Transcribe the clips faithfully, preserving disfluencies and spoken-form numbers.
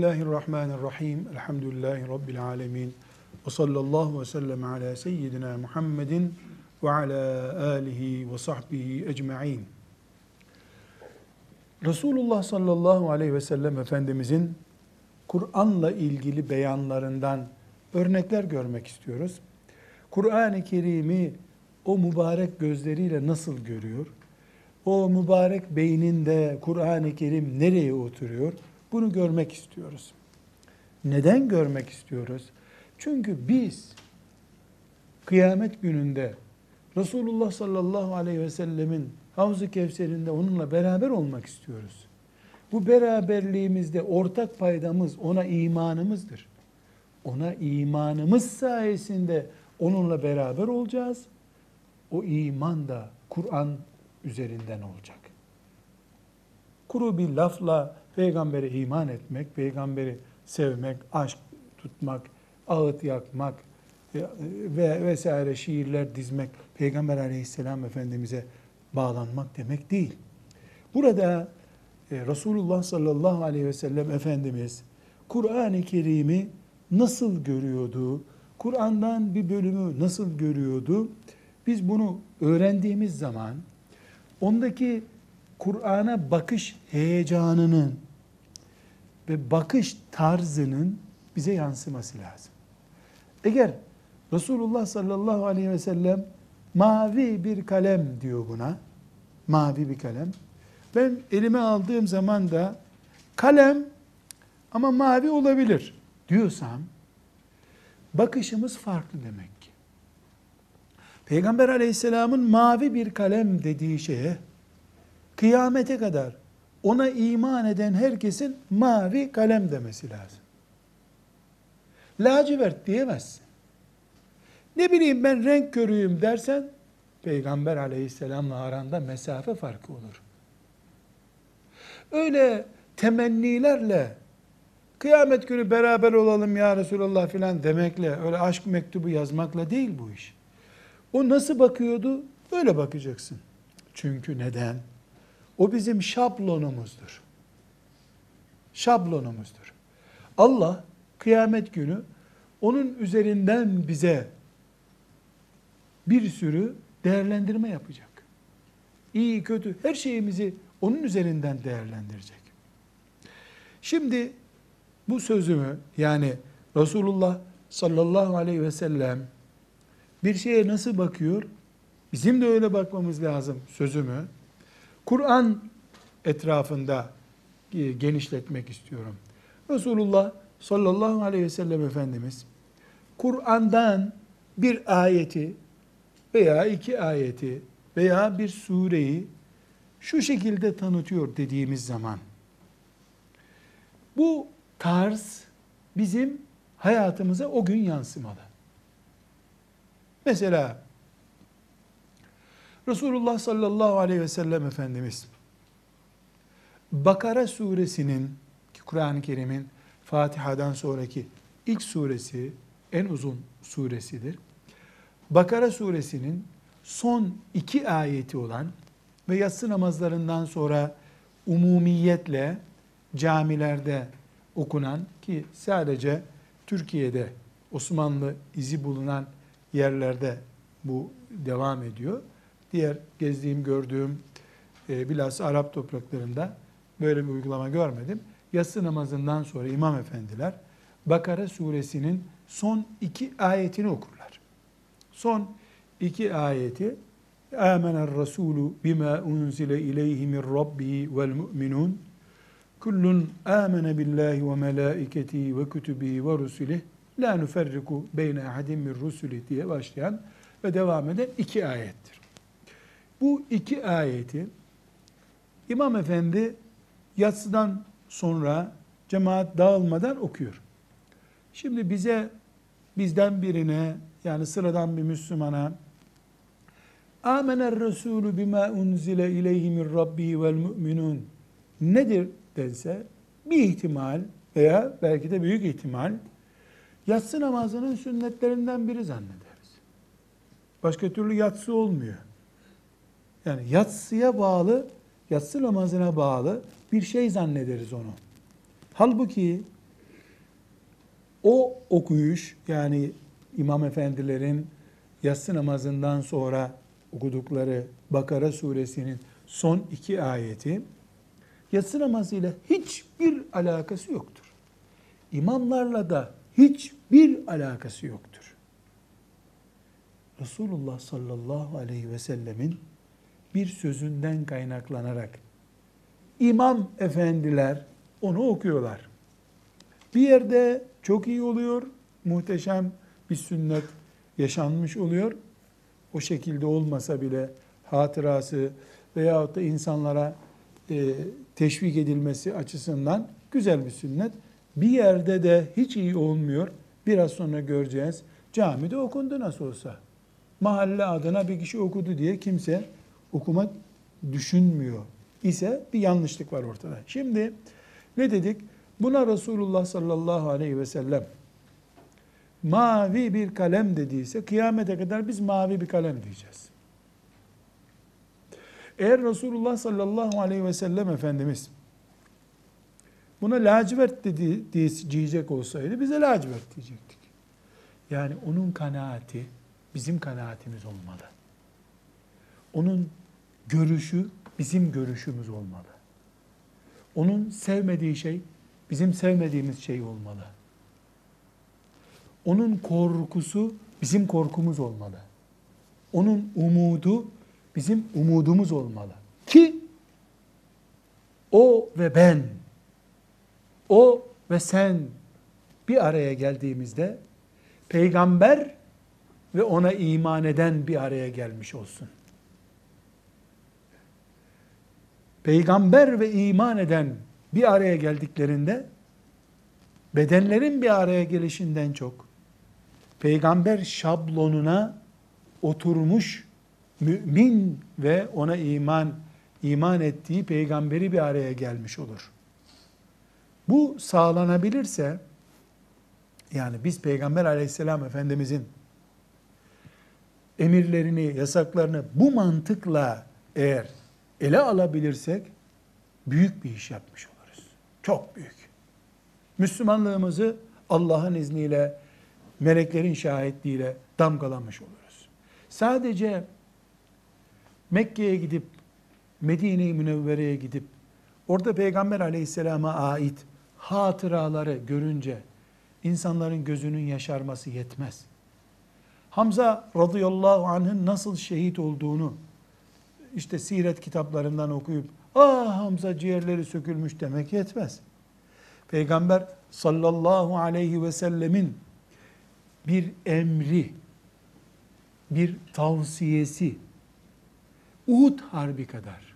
Bismillahirrahmanirrahim. Elhamdülillahi Rabbil alemin. Ve sallallahu ve sellem ala seyyidina Muhammedin ve ala alihi ve sahbihi ecma'in. Resulullah sallallahu aleyhi ve sellem Efendimizin Kur'an'la ilgili beyanlarından örnekler görmek istiyoruz. Kur'an-ı Kerim'i o mübarek gözleriyle nasıl görüyor? O mübarek beyninde Kur'an-ı Kerim nereye oturuyor? Bunu görmek istiyoruz. Neden görmek istiyoruz? Çünkü biz kıyamet gününde Resulullah sallallahu aleyhi ve sellemin Havz-ı Kevser'inde onunla beraber olmak istiyoruz. Bu beraberliğimizde ortak paydamız ona imanımızdır. Ona imanımız sayesinde onunla beraber olacağız. O iman da Kur'an üzerinden olacak. Kuru bir lafla peygambere iman etmek, peygamberi sevmek, aşk tutmak, ağıt yakmak ve vesaire şiirler dizmek, Peygamber aleyhisselam Efendimiz'e bağlanmak demek değil. Burada Resulullah sallallahu aleyhi ve sellem Efendimiz Kur'an-ı Kerim'i nasıl görüyordu? Kur'an'dan bir bölümü nasıl görüyordu? Biz bunu öğrendiğimiz zaman ondaki Kur'an'a bakış heyecanının ve bakış tarzının bize yansıması lazım. Eğer Resulullah sallallahu aleyhi ve sellem mavi bir kalem diyor buna, mavi bir kalem. Ben elime aldığım zaman da kalem ama mavi olabilir diyorsam, bakışımız farklı demek ki. Peygamber aleyhisselamın mavi bir kalem dediği şeye, kıyamete kadar ona iman eden herkesin mavi kalem demesi lazım. Lacivert diyemezsin. Ne bileyim ben renk körüyüm dersen, Peygamber aleyhisselamla aranda mesafe farkı olur. Öyle temennilerle, kıyamet günü beraber olalım ya Resulallah filan demekle, öyle aşk mektubu yazmakla değil bu iş. O nasıl bakıyordu? Öyle bakacaksın. Çünkü neden? O bizim şablonumuzdur. Şablonumuzdur. Allah kıyamet günü onun üzerinden bize bir sürü değerlendirme yapacak. İyi, kötü, her şeyimizi onun üzerinden değerlendirecek. Şimdi bu sözümü, yani Resulullah sallallahu aleyhi ve sellem bir şeye nasıl bakıyor? Bizim de öyle bakmamız lazım sözümü. Kur'an etrafında genişletmek istiyorum. Resulullah sallallahu aleyhi ve sellem Efendimiz Kur'an'dan bir ayeti veya iki ayeti veya bir sureyi şu şekilde tanıtıyor dediğimiz zaman, bu tarz bizim hayatımıza o gün yansımalı. Mesela Resulullah sallallahu aleyhi ve sellem Efendimiz Bakara suresinin, ki Kur'an-ı Kerim'in Fatiha'dan sonraki ilk suresi, en uzun suresidir. Bakara suresinin son iki ayeti olan ve yatsı namazlarından sonra umumiyetle camilerde okunan, ki sadece Türkiye'de Osmanlı izi bulunan yerlerde bu devam ediyor. Diğer gezdiğim, gördüğüm e, bilhassa Arap topraklarında böyle bir uygulama görmedim. Yatsı namazından sonra imam efendiler Bakara suresinin son iki ayetini okurlar. Son iki ayeti, Âmener Rasûlü bimâ unzile ileyhi min rabbihi vel mu'minûn kullun âmene billahi ve melâiketihi ve kütübihi ve rusulih la nuferriku beyne ahadin min rusulih diye başlayan ve devam eden iki ayettir. Bu iki ayeti İmam Efendi yatsıdan sonra cemaat dağılmadan okuyor. Şimdi bize, bizden birine, yani sıradan bir Müslümana Âmener Rasûlü bimâ unzile ileyhi min rabbihi vel mu'minûn nedir dense, bir ihtimal veya belki de büyük ihtimal yatsı namazının sünnetlerinden biri zannederiz. Başka türlü yatsı olmuyor. Yani yatsıya bağlı, yatsı namazına bağlı bir şey zannederiz onu. Halbuki O okuyuş, yani imam efendilerin yatsı namazından sonra okudukları Bakara suresinin son iki ayeti, yatsı namazıyla hiçbir alakası yoktur. İmamlarla da hiçbir alakası yoktur. Resulullah sallallahu aleyhi ve sellemin bir sözünden kaynaklanarak imam efendiler onu okuyorlar. Bir yerde çok iyi oluyor, muhteşem bir sünnet yaşanmış oluyor. O şekilde olmasa bile hatırası veyahut da insanlara e, teşvik edilmesi açısından güzel bir sünnet. Bir yerde de hiç iyi olmuyor. Biraz sonra göreceğiz. Camide okundu nasıl olsa. Mahalle adına bir kişi okudu diye kimse okumak düşünmüyor ise bir yanlışlık var ortada. Şimdi ne dedik? Buna Resulullah sallallahu aleyhi ve sellem mavi bir kalem dediyse kıyamete kadar biz mavi bir kalem diyeceğiz. Eğer Resulullah sallallahu aleyhi ve sellem Efendimiz buna lacivert dedi, diyecek olsaydı bize lacivert diyecektik. Yani onun kanaati bizim kanaatimiz olmalı. Onun görüşü bizim görüşümüz olmalı. Onun sevmediği şey bizim sevmediğimiz şey olmalı. Onun korkusu bizim korkumuz olmalı. Onun umudu bizim umudumuz olmalı. Ki o ve ben, o ve sen bir araya geldiğimizde peygamber ve ona iman eden bir araya gelmiş olsun. Peygamber ve iman eden bir araya geldiklerinde bedenlerin bir araya gelişinden çok peygamber şablonuna oturmuş mümin ve ona iman iman ettiği peygamberi bir araya gelmiş olur. Bu sağlanabilirse, yani biz Peygamber aleyhisselam Efendimizin emirlerini, yasaklarını bu mantıkla eğer ele alabilirsek büyük bir iş yapmış oluruz. Çok büyük. Müslümanlığımızı Allah'ın izniyle, meleklerin şahitliğiyle damgalamış oluruz. Sadece Mekke'ye gidip, Medine-i Münevvere'ye gidip, orada Peygamber aleyhisselama ait hatıraları görünce insanların gözünün yaşarması yetmez. Hamza radıyallahu anh'ın nasıl şehit olduğunu işte siret kitaplarından okuyup ah Hamza ciğerleri sökülmüş demek yetmez. Peygamber sallallahu aleyhi ve sellemin bir emri, bir tavsiyesi Uhud Harbi kadar,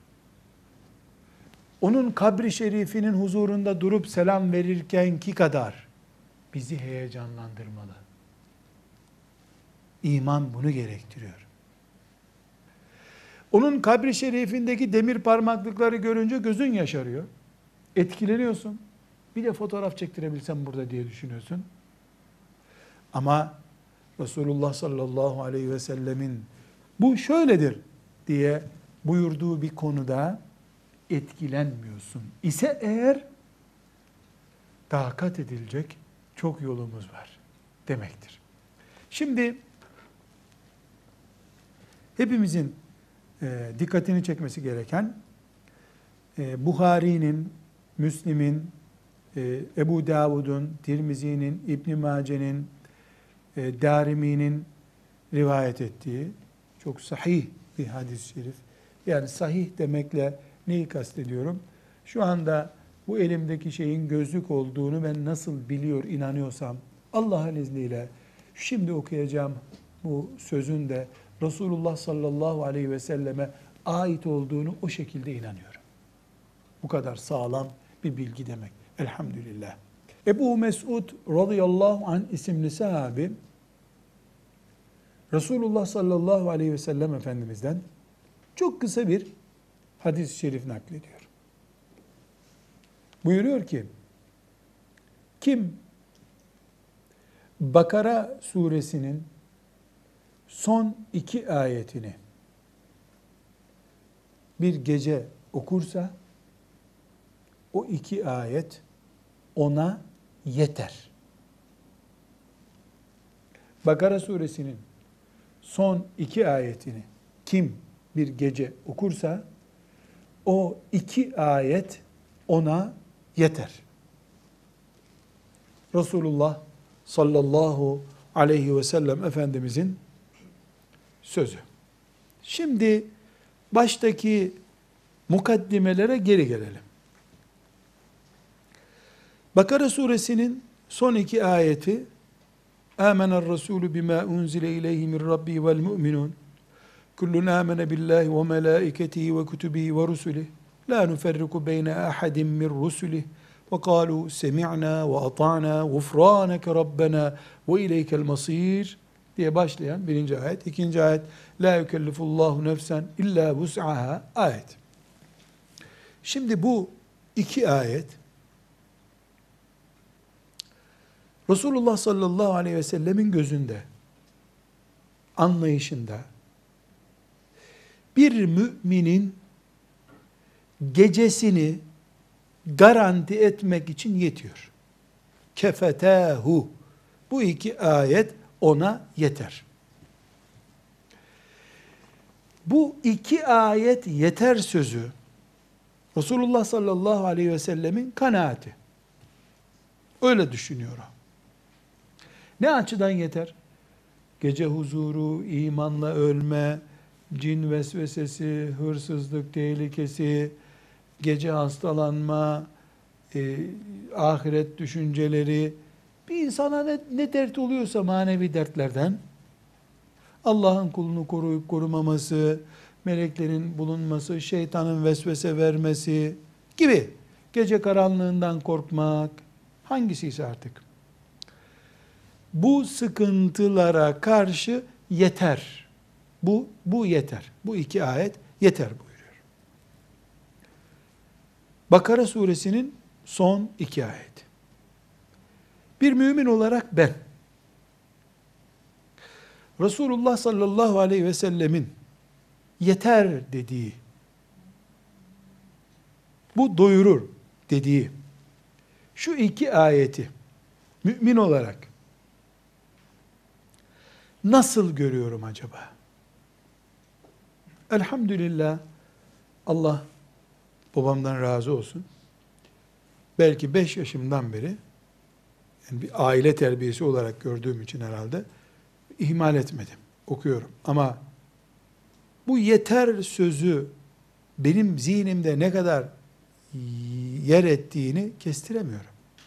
onun kabri şerifinin huzurunda durup selam verirkenki kadar bizi heyecanlandırmalı. İman bunu gerektiriyor. Onun kabri şerifindeki demir parmaklıkları görünce gözün yaşarıyor. Etkileniyorsun. Bir de fotoğraf çektirebilsem burada diye düşünüyorsun. Ama Resulullah sallallahu aleyhi ve sellemin bu şöyledir diye buyurduğu bir konuda etkilenmiyorsun ise eğer takat edilecek çok yolumuz var demektir. Şimdi hepimizin e, dikkatini çekmesi gereken e, Buhari'nin, Müslim'in, e, Ebu Davud'un, Tirmizi'nin, İbn Mace'nin, e, Darimi'nin rivayet ettiği çok sahih bir hadis-i şerif. Yani sahih demekle neyi kastediyorum? Şu anda bu elimdeki şeyin gözlük olduğunu ben nasıl biliyor, inanıyorsam Allah'ın izniyle şimdi okuyacağım bu sözün de Resulullah sallallahu aleyhi ve selleme ait olduğunu o şekilde inanıyorum. Bu kadar sağlam bir bilgi demek. Elhamdülillah. Ebu Mesud radıyallahu anh isimli sahabi Resulullah sallallahu aleyhi ve sellem Efendimiz'den çok kısa bir hadis-i şerif naklediyor. Buyuruyor ki, kim Bakara suresinin son iki ayetini bir gece okursa, o iki ayet ona yeter. Bakara suresinin son iki ayetini kim bir gece okursa o iki ayet ona yeter. Resulullah sallallahu aleyhi ve sellem Efendimizin sözü. Şimdi baştaki mukaddimelere geri gelelim. Bakara suresinin son iki ayeti Âmener Resulü bimâ unzile ileyhi min Rabbi vel mu'minun kullun âmene billahi ve melâiketihi ve kutubihi ve rusulih la nuferriku beyne ahadin min rusulih ve kâlu semi'nâ ve ata'nâ gufrâneke rabbena ve ileykel masîr diye başlayan birinci ayet. İkinci ayet la yükellifullahu nefsen illa vus'aha ayet. Şimdi bu iki ayet Resulullah sallallahu aleyhi ve sellemin gözünde, anlayışında bir müminin gecesini garanti etmek için yetiyor. Kefetâhu. Bu iki ayet ona yeter. Bu iki ayet yeter sözü Resulullah sallallahu aleyhi ve sellemin kanaati. Öyle düşünüyor o. Ne açıdan yeter? Gece huzuru, imanla ölme, cin vesvesesi, hırsızlık tehlikesi, gece hastalanma, e, ahiret düşünceleri, bir insana ne, ne dert oluyorsa manevi dertlerden, Allah'ın kulunu koruyup korumaması, meleklerin bulunması, şeytanın vesvese vermesi gibi, gece karanlığından korkmak, hangisiyse artık. Bu sıkıntılara karşı yeter. Bu, bu yeter. Bu iki ayet yeter buyuruyor. Bakara suresinin son iki ayeti. Bir mümin olarak ben, Resulullah sallallahu aleyhi ve sellemin yeter dediği, bu doyurur dediği şu iki ayeti mümin olarak nasıl görüyorum acaba? Elhamdülillah, Allah babamdan razı olsun. Belki beş yaşımdan beri, yani bir aile terbiyesi olarak gördüğüm için herhalde, ihmal etmedim, okuyorum. Ama bu yeter sözü benim zihnimde ne kadar yer ettiğini kestiremiyorum.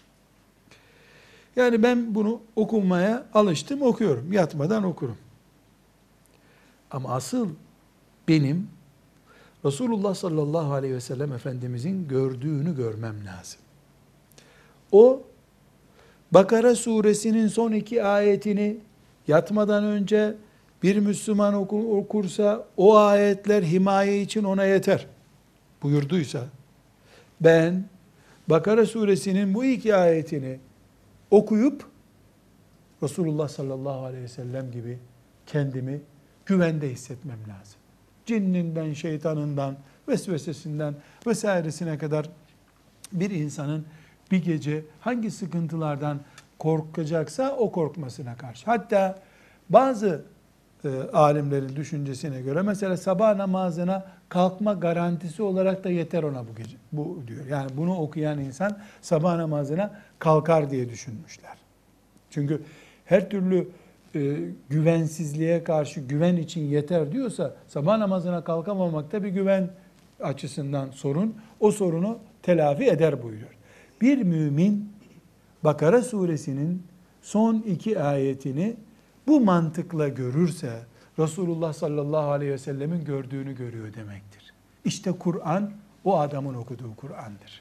Yani ben bunu okumaya alıştım, okuyorum. Yatmadan okurum. Ama asıl benim Resulullah sallallahu aleyhi ve sellem Efendimizin gördüğünü görmem lazım. O Bakara suresinin son iki ayetini yatmadan önce bir Müslüman okursa o ayetler himaye için ona yeter buyurduysa, ben Bakara suresinin bu iki ayetini okuyup Resulullah sallallahu aleyhi ve sellem gibi kendimi güvende hissetmem lazım. Cinninden, şeytanından, vesvesesinden vesairesine kadar bir insanın bir gece hangi sıkıntılardan korkacaksa o korkmasına karşı. Hatta bazı e, alimlerin düşüncesine göre mesela sabah namazına kalkma garantisi olarak da yeter ona bu gece. Bu diyor. Yani bunu okuyan insan sabah namazına kalkar diye düşünmüşler. Çünkü her türlü e, güvensizliğe karşı güven için yeter diyorsa sabah namazına kalkamamakta bir güven açısından sorun. O sorunu telafi eder buyuruyor. Bir mümin Bakara suresinin son iki ayetini bu mantıkla görürse Resulullah sallallahu aleyhi ve sellemin gördüğünü görüyor demektir. İşte Kur'an o adamın okuduğu Kur'an'dır.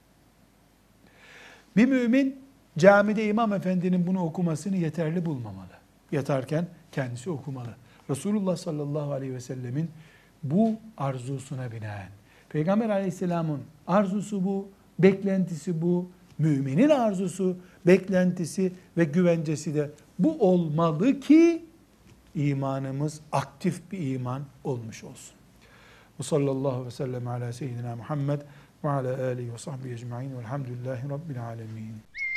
Bir mümin camide imam efendinin bunu okumasını yeterli bulmamalı. Yatarken kendisi okumalı. Resulullah sallallahu aleyhi ve sellemin bu arzusuna binaen. Peygamber aleyhisselamın arzusu bu, beklentisi bu, müminin arzusu, beklentisi ve güvencesi de bu olmalı ki imanımız aktif bir iman olmuş olsun. Ve sallallahu ve sellem ala seyyidina Muhammed ve ala alihi ve sahbihi ecma'in velhamdülillahi rabbil alemin.